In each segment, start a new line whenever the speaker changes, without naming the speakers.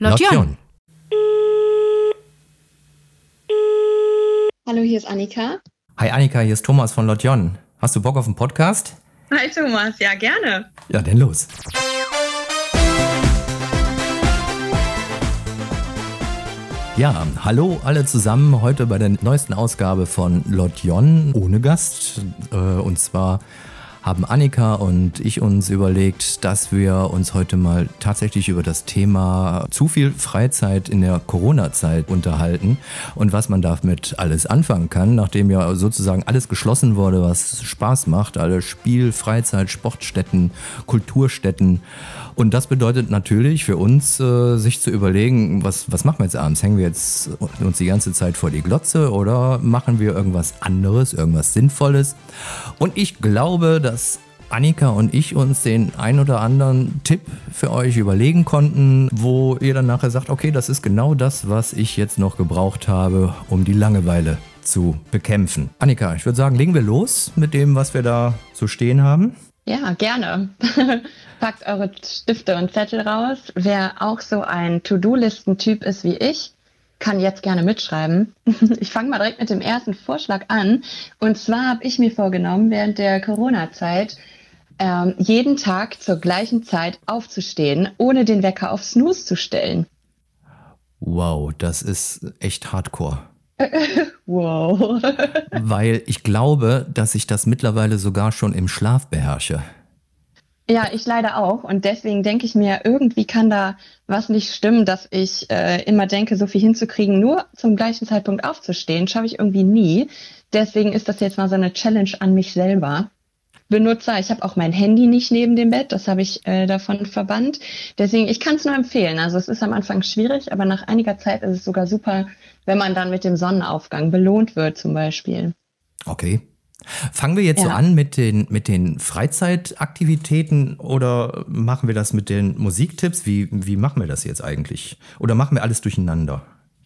Lotjon.
Hallo, hier ist Annika.
Hi Annika, hier ist Thomas von Lotjon. Hast du Bock auf einen Podcast?
Hi Thomas, ja gerne.
Ja, dann los. Ja, hallo alle zusammen, heute bei der neuesten Ausgabe von Lotjon ohne Gast. Und zwar haben Annika und ich uns überlegt, dass wir uns heute mal tatsächlich über das Thema zu viel Freizeit in der Corona-Zeit unterhalten und was man damit alles anfangen kann, nachdem ja sozusagen alles geschlossen wurde, was Spaß macht, alle Spiel-, Freizeit-, Sportstätten, Kulturstätten. Und das bedeutet natürlich für uns, sich zu überlegen, was machen wir jetzt abends? Hängen wir jetzt uns die ganze Zeit vor die Glotze oder machen wir irgendwas anderes, irgendwas Sinnvolles? Und ich glaube, dass Annika und ich uns den ein oder anderen Tipp für euch überlegen konnten, wo ihr dann nachher sagt, okay, das ist genau das, was ich jetzt noch gebraucht habe, um die Langeweile zu bekämpfen. Annika, ich würde sagen, legen wir los mit dem, was wir da so stehen haben.
Ja, gerne. Packt eure Stifte und Zettel raus. Wer auch so ein To-Do-Listen-Typ ist wie ich, kann jetzt gerne mitschreiben. Ich fange mal direkt mit dem ersten Vorschlag an. Und zwar habe ich mir vorgenommen, während der Corona-Zeit jeden Tag zur gleichen Zeit aufzustehen, ohne den Wecker auf Snooze zu stellen.
Wow, das ist echt hardcore.
Wow.
Weil ich glaube, dass ich das mittlerweile sogar schon im Schlaf beherrsche.
Ja, ich leider auch. Und deswegen denke ich mir, irgendwie kann da was nicht stimmen, dass ich immer denke, so viel hinzukriegen, nur zum gleichen Zeitpunkt aufzustehen, schaffe ich irgendwie nie. Deswegen ist das jetzt mal so eine Challenge an mich selber. Benutzer, ich habe auch mein Handy nicht neben dem Bett, das habe ich davon verbannt. Deswegen, ich kann es nur empfehlen. Also es ist am Anfang schwierig, aber nach einiger Zeit ist es sogar super, wenn man dann mit dem Sonnenaufgang belohnt wird zum Beispiel.
Okay. Fangen wir jetzt so an mit den Freizeitaktivitäten oder machen wir das mit den Musiktipps? Wie machen wir das jetzt eigentlich? Oder machen wir alles durcheinander?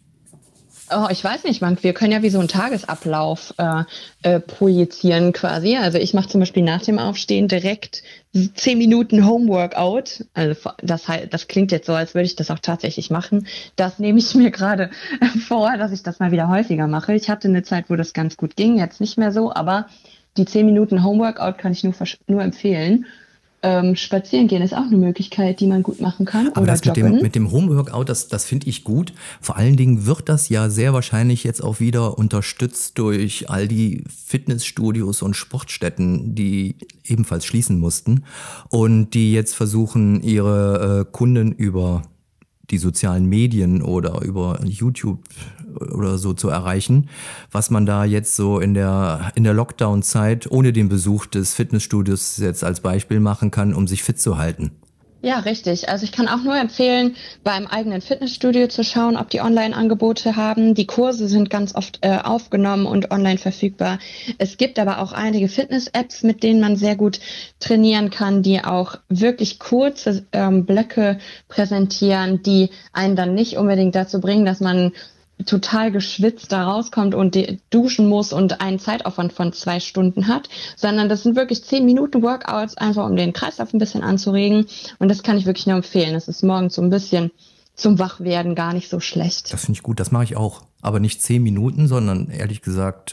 Oh, ich weiß nicht, wir können ja wie so einen Tagesablauf projizieren quasi. Also ich mache zum Beispiel nach dem Aufstehen direkt 10 Minuten Homeworkout. Also das klingt jetzt so, als würde ich das auch tatsächlich machen. Das nehme ich mir gerade vor, dass ich das mal wieder häufiger mache. Ich hatte eine Zeit, wo das ganz gut ging, jetzt nicht mehr so, aber die 10 Minuten Homeworkout kann ich nur empfehlen. Spazieren gehen ist auch eine Möglichkeit, die man gut machen kann.
Aber das mit dem Homeworkout, das finde ich gut. Vor allen Dingen wird das ja sehr wahrscheinlich jetzt auch wieder unterstützt durch all die Fitnessstudios und Sportstätten, die ebenfalls schließen mussten und die jetzt versuchen, ihre Kunden über die sozialen Medien oder über YouTube oder so zu erreichen, was man da jetzt so in der Lockdown-Zeit ohne den Besuch des Fitnessstudios jetzt als Beispiel machen kann, um sich fit zu halten.
Ja, richtig. Also ich kann auch nur empfehlen, beim eigenen Fitnessstudio zu schauen, ob die Online-Angebote haben. Die Kurse sind ganz oft aufgenommen und online verfügbar. Es gibt aber auch einige Fitness-Apps, mit denen man sehr gut trainieren kann, die auch wirklich kurze Blöcke präsentieren, die einen dann nicht unbedingt dazu bringen, dass man total geschwitzt da rauskommt und duschen muss und einen Zeitaufwand von 2 Stunden hat, sondern das sind wirklich 10 Minuten Workouts, einfach um den Kreislauf ein bisschen anzuregen, und das kann ich wirklich nur empfehlen. Das ist morgens so ein bisschen zum Wachwerden gar nicht so schlecht.
Das finde ich gut, das mache ich auch, aber nicht 10 Minuten, sondern ehrlich gesagt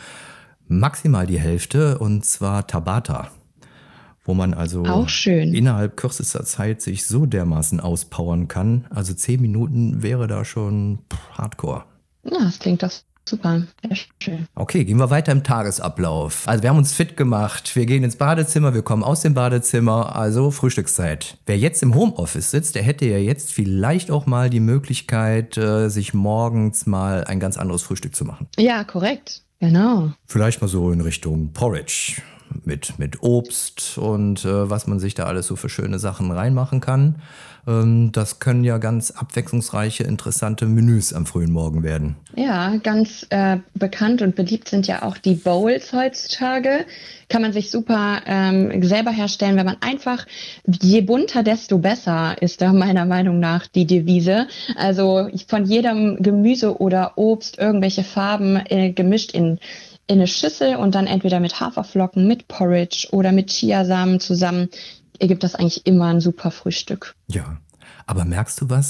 maximal die Hälfte, und zwar Tabata. Wo man also innerhalb kürzester Zeit sich so dermaßen auspowern kann. Also 10 Minuten wäre da schon hardcore.
Ja, das klingt doch super. Sehr schön.
Okay, gehen wir weiter im Tagesablauf. Also wir haben uns fit gemacht, wir gehen ins Badezimmer, wir kommen aus dem Badezimmer, also Frühstückszeit. Wer jetzt im Homeoffice sitzt, der hätte ja jetzt vielleicht auch mal die Möglichkeit, sich morgens mal ein ganz anderes Frühstück zu machen.
Ja, korrekt. Genau.
Vielleicht mal so in Richtung Porridge. Mit Obst und was man sich da alles so für schöne Sachen reinmachen kann. Das können ja ganz abwechslungsreiche, interessante Menüs am frühen Morgen werden.
Ja, ganz bekannt und beliebt sind ja auch die Bowls heutzutage. Kann man sich super selber herstellen, wenn man einfach, je bunter, desto besser, ist da meiner Meinung nach die Devise. Also von jedem Gemüse oder Obst irgendwelche Farben gemischt in eine Schüssel und dann entweder mit Haferflocken, mit Porridge oder mit Chiasamen zusammen, ergibt das eigentlich immer ein super Frühstück.
Ja, aber merkst du was?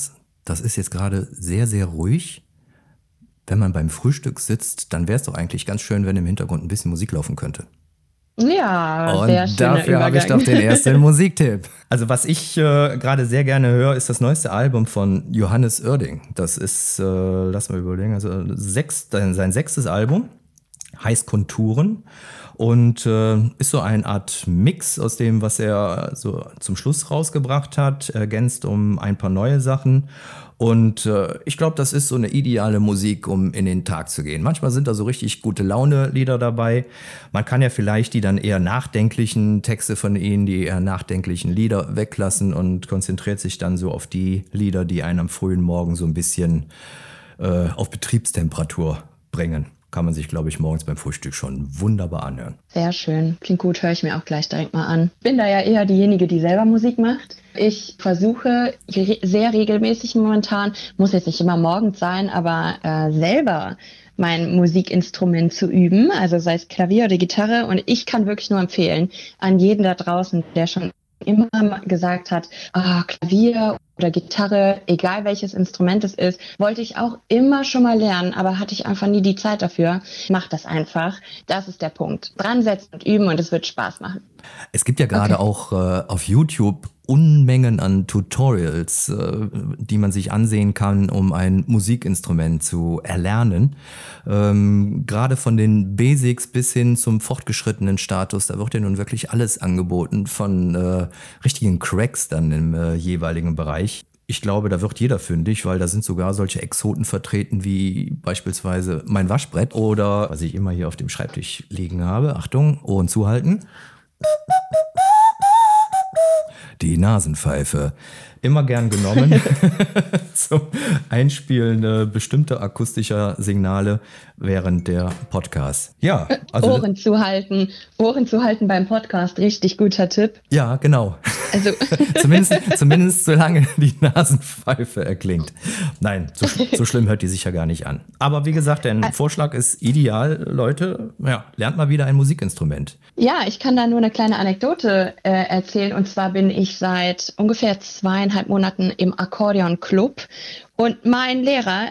das ist jetzt gerade sehr, sehr ruhig. Wenn man beim Frühstück sitzt, dann wäre es doch eigentlich ganz schön, wenn im Hintergrund ein bisschen Musik laufen könnte.
Ja, sehr
Und
schöner
dafür habe ich doch
Übergang.
den ersten Musiktipp. Also was ich gerade sehr gerne höre, ist das neueste Album von Johannes Oerding. Das ist, lass mal überlegen, also sein 6. Album, heißt Konturen und ist so eine Art Mix aus dem, was er so zum Schluss rausgebracht hat, ergänzt um ein paar neue Sachen. Und ich glaube, das ist so eine ideale Musik, um in den Tag zu gehen. Manchmal sind da so richtig gute Laune-Lieder dabei. Man kann ja vielleicht die dann eher nachdenklichen Texte von ihnen, die eher nachdenklichen Lieder weglassen und konzentriert sich dann so auf die Lieder, die einen am frühen Morgen so ein bisschen auf Betriebstemperatur bringen. Kann man sich, glaube ich, morgens beim Frühstück schon wunderbar anhören.
Sehr schön. Klingt gut, höre ich mir auch gleich direkt mal an. Bin da ja eher diejenige, die selber Musik macht. Ich versuche sehr regelmäßig momentan, muss jetzt nicht immer morgens sein, aber selber mein Musikinstrument zu üben, also sei es Klavier oder Gitarre. Und ich kann wirklich nur empfehlen, an jeden da draußen, der schon immer gesagt hat, Klavier oder Gitarre, egal welches Instrument es ist, wollte ich auch immer schon mal lernen, aber hatte ich einfach nie die Zeit dafür. Mach das einfach. Das ist der Punkt. Dran setzen und üben und es wird Spaß machen.
Es gibt ja gerade auch auf YouTube Unmengen an Tutorials, die man sich ansehen kann, um ein Musikinstrument zu erlernen. Gerade von den Basics bis hin zum fortgeschrittenen Status, da wird ja nun wirklich alles angeboten, von richtigen Cracks dann im jeweiligen Bereich. Ich glaube, da wird jeder fündig, weil da sind sogar solche Exoten vertreten wie beispielsweise mein Waschbrett oder was ich immer hier auf dem Schreibtisch liegen habe. Achtung, Ohren zuhalten. Die Nasenpfeife. Immer gern genommen zum Einspielen bestimmter akustischer Signale während der Podcasts. Ja, also
Ohren zuhalten beim Podcast, richtig guter Tipp.
Ja, genau.
Also
zumindest solange die Nasenpfeife erklingt. Nein, so schlimm hört die sich ja gar nicht an. Aber wie gesagt, der Vorschlag ist ideal, Leute. Ja, lernt mal wieder ein Musikinstrument.
Ja, ich kann da nur eine kleine Anekdote erzählen. Und zwar bin ich seit ungefähr 2,5 Monaten im Akkordeon-Club. Und mein Lehrer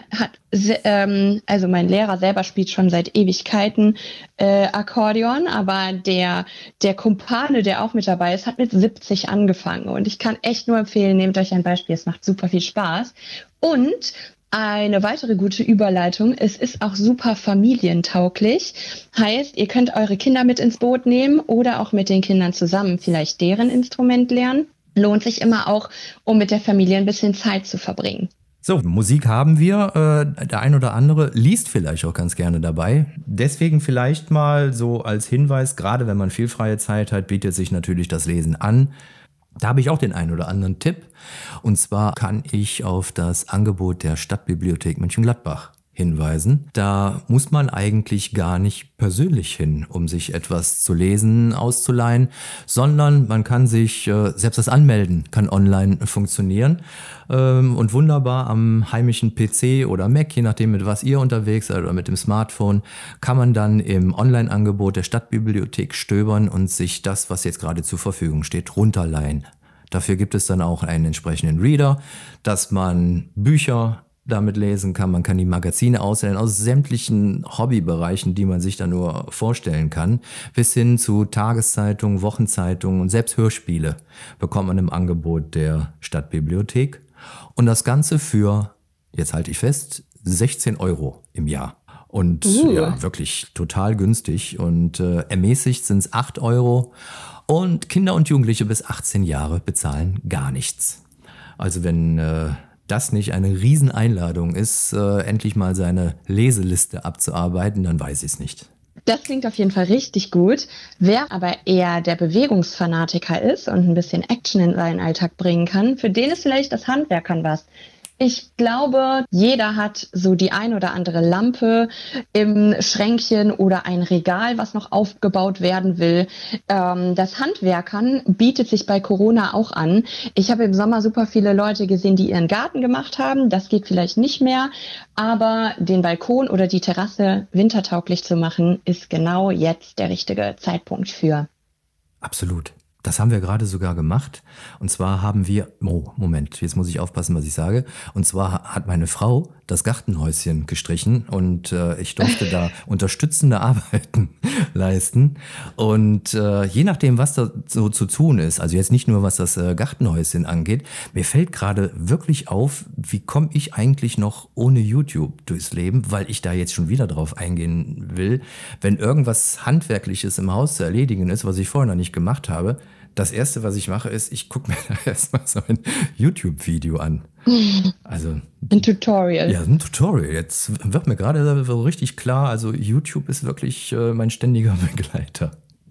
mein Lehrer selber spielt schon seit Ewigkeiten Akkordeon, aber der Kumpane, der auch mit dabei ist, hat mit 70 angefangen. Und ich kann echt nur empfehlen, nehmt euch ein Beispiel, es macht super viel Spaß. Und eine weitere gute Überleitung, es ist auch super familientauglich. Heißt, ihr könnt eure Kinder mit ins Boot nehmen oder auch mit den Kindern zusammen vielleicht deren Instrument lernen. Lohnt sich immer auch, um mit der Familie ein bisschen Zeit zu verbringen.
So, Musik haben wir. Der ein oder andere liest vielleicht auch ganz gerne dabei. Deswegen vielleicht mal so als Hinweis, gerade wenn man viel freie Zeit hat, bietet sich natürlich das Lesen an. Da habe ich auch den einen oder anderen Tipp. Und zwar kann ich auf das Angebot der Stadtbibliothek Mönchengladbach hinweisen. Da muss man eigentlich gar nicht persönlich hin, um sich etwas zu lesen, auszuleihen, sondern man kann sich, selbst das Anmelden kann online funktionieren und wunderbar am heimischen PC oder Mac, je nachdem mit was ihr unterwegs seid oder mit dem Smartphone, kann man dann im Online-Angebot der Stadtbibliothek stöbern und sich das, was jetzt gerade zur Verfügung steht, runterleihen. Dafür gibt es dann auch einen entsprechenden Reader, dass man Bücher damit lesen kann. Man kann die Magazine auswählen aus sämtlichen Hobbybereichen, die man sich da nur vorstellen kann, bis hin zu Tageszeitungen, Wochenzeitungen und selbst Hörspiele bekommt man im Angebot der Stadtbibliothek. Und das Ganze für, jetzt halte ich fest, 16 € im Jahr. Und ja, wirklich total günstig. Und ermäßigt sind es 8 €. Und Kinder und Jugendliche bis 18 Jahre bezahlen gar nichts. Also wenn das nicht eine Rieseneinladung ist, endlich mal seine Leseliste abzuarbeiten, dann weiß ich es nicht.
Das klingt auf jeden Fall richtig gut. Wer aber eher der Bewegungsfanatiker ist und ein bisschen Action in seinen Alltag bringen kann, für den ist vielleicht das Handwerkern was. Ich glaube, jeder hat so die ein oder andere Lampe im Schränkchen oder ein Regal, was noch aufgebaut werden will. Das Handwerkern bietet sich bei Corona auch an. Ich habe im Sommer super viele Leute gesehen, die ihren Garten gemacht haben. Das geht vielleicht nicht mehr, aber den Balkon oder die Terrasse wintertauglich zu machen, ist genau jetzt der richtige Zeitpunkt für.
Absolut. Das haben wir gerade sogar gemacht. Und zwar haben wir, oh, Moment, jetzt muss ich aufpassen, was ich sage. Und zwar hat meine Frau das Gartenhäuschen gestrichen und ich durfte da unterstützende Arbeiten leisten. Und je nachdem, was da so zu tun ist, also jetzt nicht nur was das Gartenhäuschen angeht, mir fällt gerade wirklich auf, wie komme ich eigentlich noch ohne YouTube durchs Leben, weil ich da jetzt schon wieder drauf eingehen will, wenn irgendwas Handwerkliches im Haus zu erledigen ist, was ich vorher noch nicht gemacht habe. Das Erste, was ich mache, ist, ich gucke mir da erstmal so ein YouTube-Video an. Also
ein Tutorial.
Ja, ein Tutorial. Jetzt wird mir gerade so richtig klar, also YouTube ist wirklich mein ständiger Begleiter.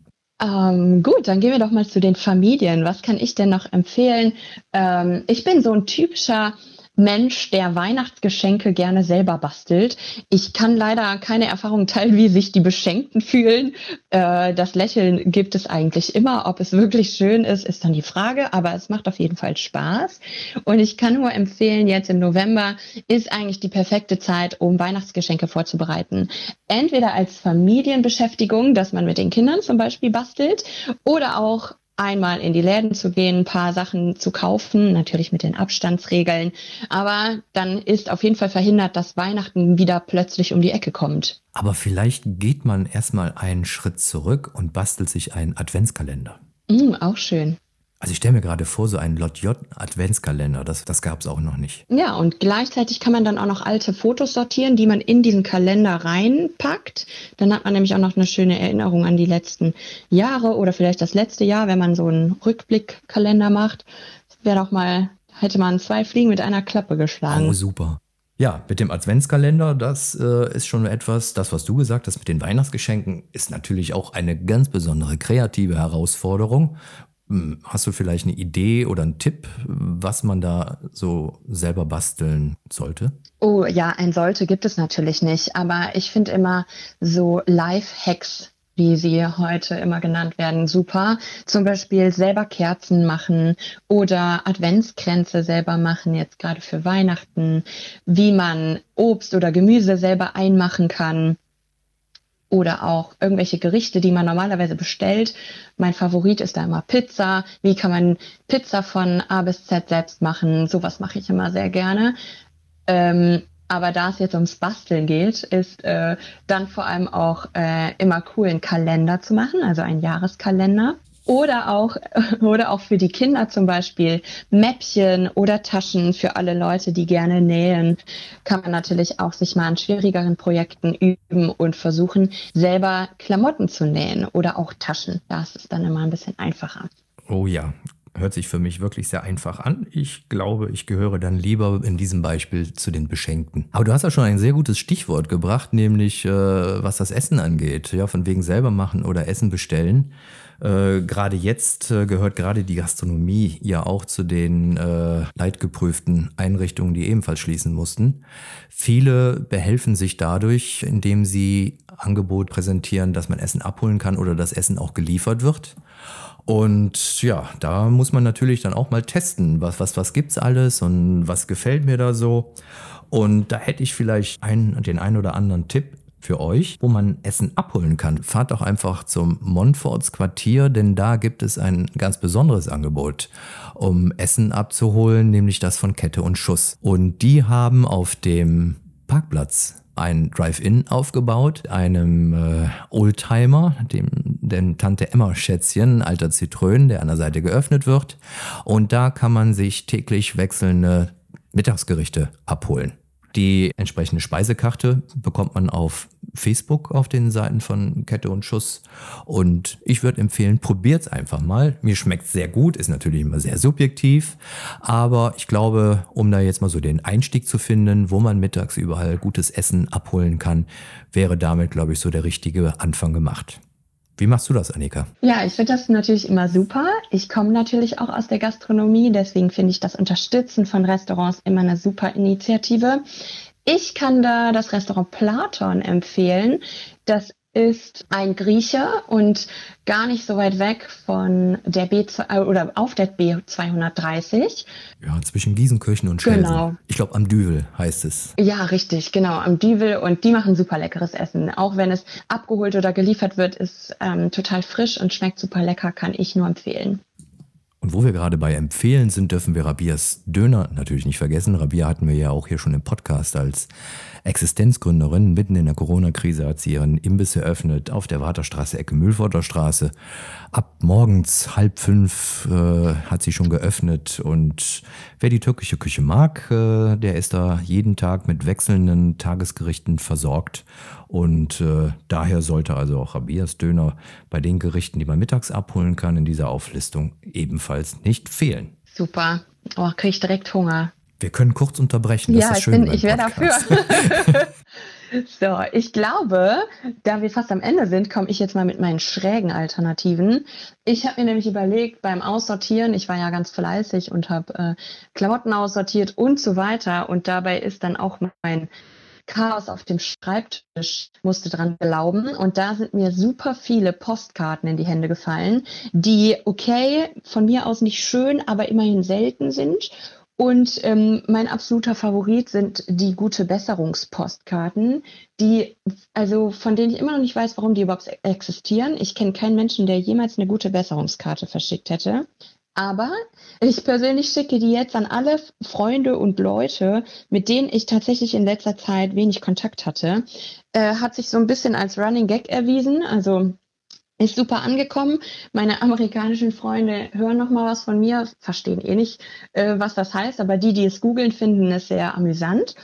Gut, dann gehen wir doch mal zu den Familien. Was kann ich denn noch empfehlen? Ich bin so ein typischer Mensch, der Weihnachtsgeschenke gerne selber bastelt. Ich kann leider keine Erfahrung teilen, wie sich die Beschenkten fühlen. Das Lächeln gibt es eigentlich immer. Ob es wirklich schön ist, ist dann die Frage. Aber es macht auf jeden Fall Spaß. Und ich kann nur empfehlen, jetzt im November ist eigentlich die perfekte Zeit, um Weihnachtsgeschenke vorzubereiten. Entweder als Familienbeschäftigung, dass man mit den Kindern zum Beispiel bastelt, oder auch einmal in die Läden zu gehen, ein paar Sachen zu kaufen, natürlich mit den Abstandsregeln. Aber dann ist auf jeden Fall verhindert, dass Weihnachten wieder plötzlich um die Ecke kommt.
Aber vielleicht geht man erstmal einen Schritt zurück und bastelt sich einen Adventskalender.
Auch schön.
Also ich stelle mir gerade vor, so einen Lotj-Adventskalender, das gab es auch noch nicht.
Ja, und gleichzeitig kann man dann auch noch alte Fotos sortieren, die man in diesen Kalender reinpackt. Dann hat man nämlich auch noch eine schöne Erinnerung an die letzten Jahre oder vielleicht das letzte Jahr, wenn man so einen Rückblickkalender macht. Hätte man 2 Fliegen mit einer Klappe geschlagen.
Oh, super. Ja, mit dem Adventskalender, das ist schon etwas, das, was du gesagt hast mit den Weihnachtsgeschenken, ist natürlich auch eine ganz besondere kreative Herausforderung. Hast du vielleicht eine Idee oder einen Tipp, was man da so selber basteln sollte?
Oh ja, ein sollte gibt es natürlich nicht, aber ich finde immer so Life-Hacks, wie sie heute immer genannt werden, super. Zum Beispiel selber Kerzen machen oder Adventskränze selber machen, jetzt gerade für Weihnachten, wie man Obst oder Gemüse selber einmachen kann. Oder auch irgendwelche Gerichte, die man normalerweise bestellt. Mein Favorit ist da immer Pizza. Wie kann man Pizza von A bis Z selbst machen? Sowas mache ich immer sehr gerne. Aber da es jetzt ums Basteln geht, ist dann vor allem auch immer cool, einen Kalender zu machen, also einen Jahreskalender. Oder auch für die Kinder zum Beispiel Mäppchen oder Taschen für alle Leute, die gerne nähen. Kann man natürlich auch sich mal an schwierigeren Projekten üben und versuchen, selber Klamotten zu nähen oder auch Taschen. Da ist es dann immer ein bisschen einfacher.
Oh ja, hört sich für mich wirklich sehr einfach an. Ich glaube, ich gehöre dann lieber in diesem Beispiel zu den Beschenkten. Aber du hast ja schon ein sehr gutes Stichwort gebracht, nämlich was das Essen angeht. Ja, von wegen selber machen oder Essen bestellen. Gerade jetzt gehört gerade die Gastronomie ja auch zu den leidgeprüften Einrichtungen, die ebenfalls schließen mussten. Viele behelfen sich dadurch, indem sie Angebot präsentieren, dass man Essen abholen kann oder das Essen auch geliefert wird. Und ja, da muss man natürlich dann auch mal testen, was gibt's alles und was gefällt mir da so. Und da hätte ich vielleicht den einen oder anderen Tipp für euch, wo man Essen abholen kann. Fahrt doch einfach zum Montforts Quartier, denn da gibt es ein ganz besonderes Angebot, um Essen abzuholen, nämlich das von Kette und Schuss. Und die haben auf dem Parkplatz ein Drive-In aufgebaut, einem Oldtimer, dem Tante Emma Schätzchen, alter Zitrön, der an der Seite geöffnet wird. Und da kann man sich täglich wechselnde Mittagsgerichte abholen. Die entsprechende Speisekarte bekommt man auf Facebook auf den Seiten von Kette und Schuss. Und ich würde empfehlen, probiert's einfach mal. Mir schmeckt's sehr gut, ist natürlich immer sehr subjektiv. Aber ich glaube, um da jetzt mal so den Einstieg zu finden, wo man mittags überall gutes Essen abholen kann, wäre damit, glaube ich, so der richtige Anfang gemacht. Wie machst du das, Annika?
Ja, ich finde das natürlich immer super. Ich komme natürlich auch aus der Gastronomie, deswegen finde ich das Unterstützen von Restaurants immer eine super Initiative. Ich kann da das Restaurant Platon empfehlen. Das ist ein Grieche und gar nicht so weit weg von der oder auf der B230.
Ja, zwischen Giesenkirchen und Schelsen.
Genau.
Ich glaube, am Düvel heißt es.
Ja, richtig, genau, am Düvel, und die machen super leckeres Essen. Auch wenn es abgeholt oder geliefert wird, ist total frisch und schmeckt super lecker, kann ich nur empfehlen.
Und wo wir gerade bei Empfehlen sind, dürfen wir Rabias Döner natürlich nicht vergessen. Rabia hatten wir ja auch hier schon im Podcast als Existenzgründerin. Mitten in der Corona-Krise hat sie ihren Imbiss eröffnet auf der Warterstraße, Ecke Mühlforder Straße. Ab morgens 4:30 hat sie schon geöffnet. Und wer die türkische Küche mag, der ist da jeden Tag mit wechselnden Tagesgerichten versorgt. Und daher sollte also auch Rabias Döner bei den Gerichten, die man mittags abholen kann, in dieser Auflistung ebenfalls nicht fehlen.
Super. Oh, kriege ich direkt Hunger.
Wir können kurz unterbrechen. Das
Ja,
ist schön.
ich wäre dafür. So, ich glaube, da wir fast am Ende sind, komme ich jetzt mal mit meinen schrägen Alternativen. Ich habe mir nämlich überlegt, beim Aussortieren, ich war ja ganz fleißig und habe Klamotten aussortiert und so weiter. Und dabei ist dann auch mein Chaos auf dem Schreibtisch, musste dran glauben. Und da sind mir super viele Postkarten in die Hände gefallen, die, okay, von mir aus nicht schön, aber immerhin selten sind. Und mein absoluter Favorit sind die Gute-Besserungs-Postkarten, von denen ich immer noch nicht weiß, warum die überhaupt existieren. Ich kenne keinen Menschen, der jemals eine Gute-Besserungskarte verschickt hätte. Aber ich persönlich schicke die jetzt an alle Freunde und Leute, mit denen ich tatsächlich in letzter Zeit wenig Kontakt hatte. Hat sich so ein bisschen als Running Gag erwiesen. Also ist super angekommen. Meine amerikanischen Freunde hören noch mal was von mir, verstehen eh nicht, was das heißt, aber die es googeln, finden es sehr amüsant.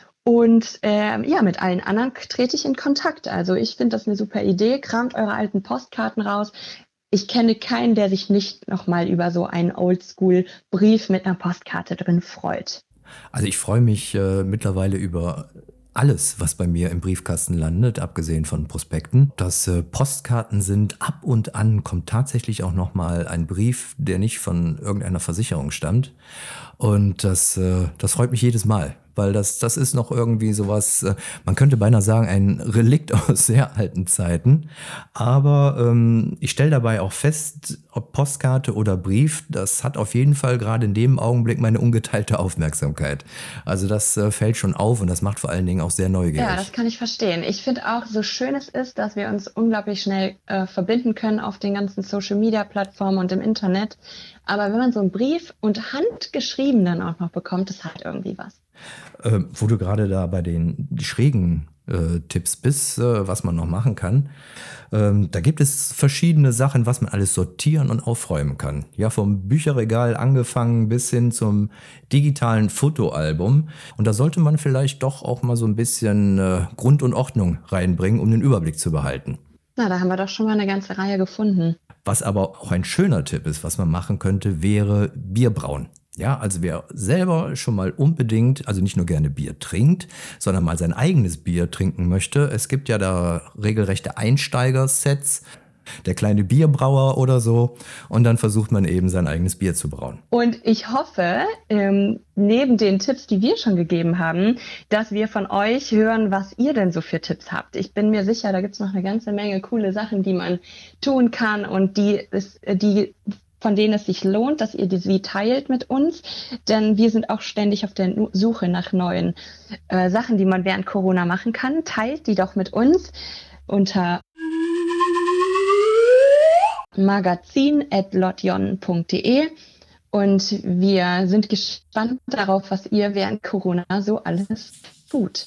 Und mit allen anderen trete ich in Kontakt. Also ich finde das eine super Idee. Kramt eure alten Postkarten raus. Ich kenne keinen, der sich nicht noch mal über so einen Oldschool-Brief mit einer Postkarte drin freut.
Also ich freue mich mittlerweile über alles, was bei mir im Briefkasten landet, abgesehen von Prospekten. Das Postkarten sind, ab und an kommt tatsächlich auch nochmal ein Brief, der nicht von irgendeiner Versicherung stammt. Und das freut mich jedes Mal, weil das ist noch irgendwie sowas, man könnte beinahe sagen, ein Relikt aus sehr alten Zeiten. Aber ich stelle dabei auch fest, ob Postkarte oder Brief, das hat auf jeden Fall gerade in dem Augenblick meine ungeteilte Aufmerksamkeit. Also das fällt schon auf und das macht vor allen Dingen auch sehr neugierig.
Ja, das kann ich verstehen. Ich finde auch, so schön es ist, dass wir uns unglaublich schnell verbinden können auf den ganzen Social-Media-Plattformen und im Internet. Aber wenn man so einen Brief und handgeschrieben dann auch noch bekommt, das hat irgendwie was.
Wo du gerade da bei den schrägen Tipps bist, was man noch machen kann. Da gibt es verschiedene Sachen, was man alles sortieren und aufräumen kann. Ja, vom Bücherregal angefangen bis hin zum digitalen Fotoalbum. Und da sollte man vielleicht doch auch mal so ein bisschen Grund und Ordnung reinbringen, um den Überblick zu behalten.
Na, da haben wir doch schon mal eine ganze Reihe gefunden.
Was aber auch ein schöner Tipp ist, was man machen könnte, wäre Bierbrauen. Ja, also wer selber schon mal unbedingt, also nicht nur gerne Bier trinkt, sondern mal sein eigenes Bier trinken möchte. Es gibt ja da regelrechte Einsteigersets, der kleine Bierbrauer oder so. Und dann versucht man eben sein eigenes Bier zu brauen.
Und ich hoffe, neben den Tipps, die wir schon gegeben haben, dass wir von euch hören, was ihr denn so für Tipps habt. Ich bin mir sicher, da gibt es noch eine ganze Menge coole Sachen, die man tun kann und von denen es sich lohnt, dass ihr sie teilt mit uns. Denn wir sind auch ständig auf der Suche nach neuen Sachen, die man während Corona machen kann. Teilt die doch mit uns unter magazin@lotjon.de. Und wir sind gespannt darauf, was ihr während Corona so alles tut.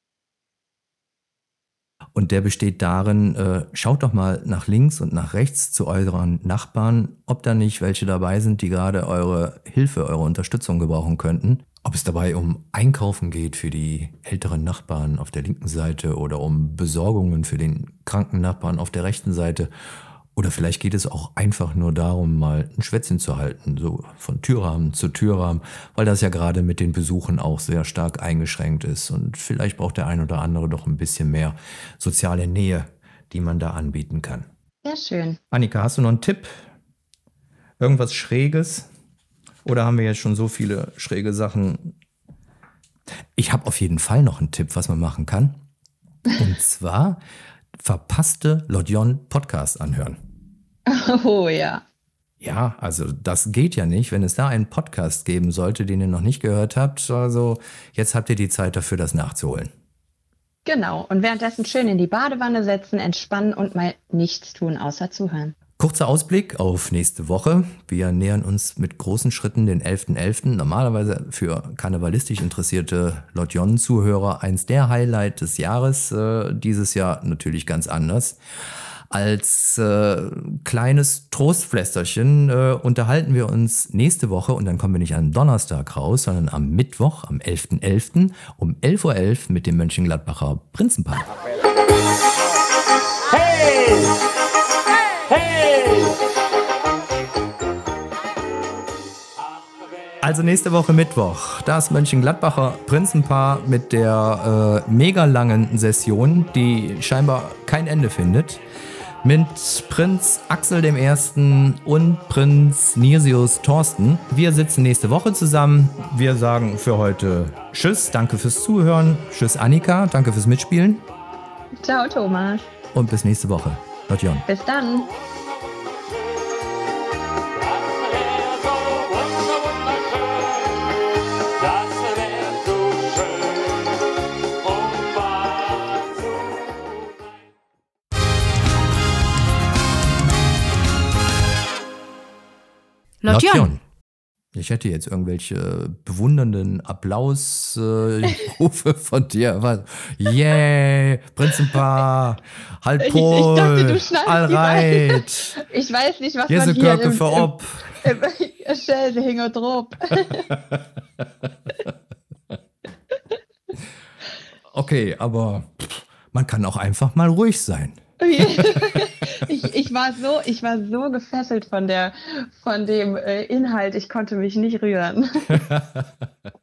Und der besteht darin, schaut doch mal nach links und nach rechts zu euren Nachbarn, ob da nicht welche dabei sind, die gerade eure Hilfe, eure Unterstützung gebrauchen könnten. Ob es dabei um Einkaufen geht für die älteren Nachbarn auf der linken Seite oder um Besorgungen für den kranken Nachbarn auf der rechten Seite. Oder vielleicht geht es auch einfach nur darum, mal ein Schwätzchen zu halten, so von Türrahmen zu Türrahmen, weil das ja gerade mit den Besuchen auch sehr stark eingeschränkt ist. Und vielleicht braucht der ein oder andere doch ein bisschen mehr soziale Nähe, die man da anbieten kann.
Sehr schön.
Annika, hast du noch einen Tipp? Irgendwas Schräges? Oder haben wir jetzt schon so viele schräge Sachen? Ich habe auf jeden Fall noch einen Tipp, was man machen kann. Und zwar verpasste Lodion Podcast anhören.
Oh ja.
Ja, also das geht ja nicht, wenn es da einen Podcast geben sollte, den ihr noch nicht gehört habt. Also jetzt habt ihr die Zeit dafür, das nachzuholen.
Genau. Und währenddessen schön in die Badewanne setzen, entspannen und mal nichts tun, außer zuhören.
Kurzer Ausblick auf nächste Woche. Wir nähern uns mit großen Schritten den 11.11. Normalerweise für karnevalistisch interessierte Lodion-Zuhörer eins der Highlight des Jahres. Dieses Jahr natürlich ganz anders. Als kleines Trostpflästerchen unterhalten wir uns nächste Woche und dann kommen wir nicht am Donnerstag raus, sondern am Mittwoch, am 11.11. um 11.11 Uhr mit dem Mönchengladbacher Prinzenpaar. Hey! Hey! Also nächste Woche Mittwoch, das Mönchengladbacher Prinzenpaar mit der mega langen Session, die scheinbar kein Ende findet. Mit Prinz Axel I. und Prinz Nirsius Thorsten. Wir sitzen nächste Woche zusammen. Wir sagen für heute Tschüss, danke fürs Zuhören. Tschüss Annika, danke fürs Mitspielen.
Ciao Thomas.
Und bis nächste Woche. Lodion.
Bis dann.
Lodion. Ich hätte jetzt irgendwelche bewundernden Applausrufe von dir. Was? Yeah, Prinzenpaar, Halbpol,
ich dachte, du schneidest
Allreit.
Ich weiß nicht, was
Jese
man hier
Kirke für ob.
im Schelde hing und drob.
Okay, aber man kann auch einfach mal ruhig sein.
Ich war so gefesselt von dem Inhalt, ich konnte mich nicht rühren.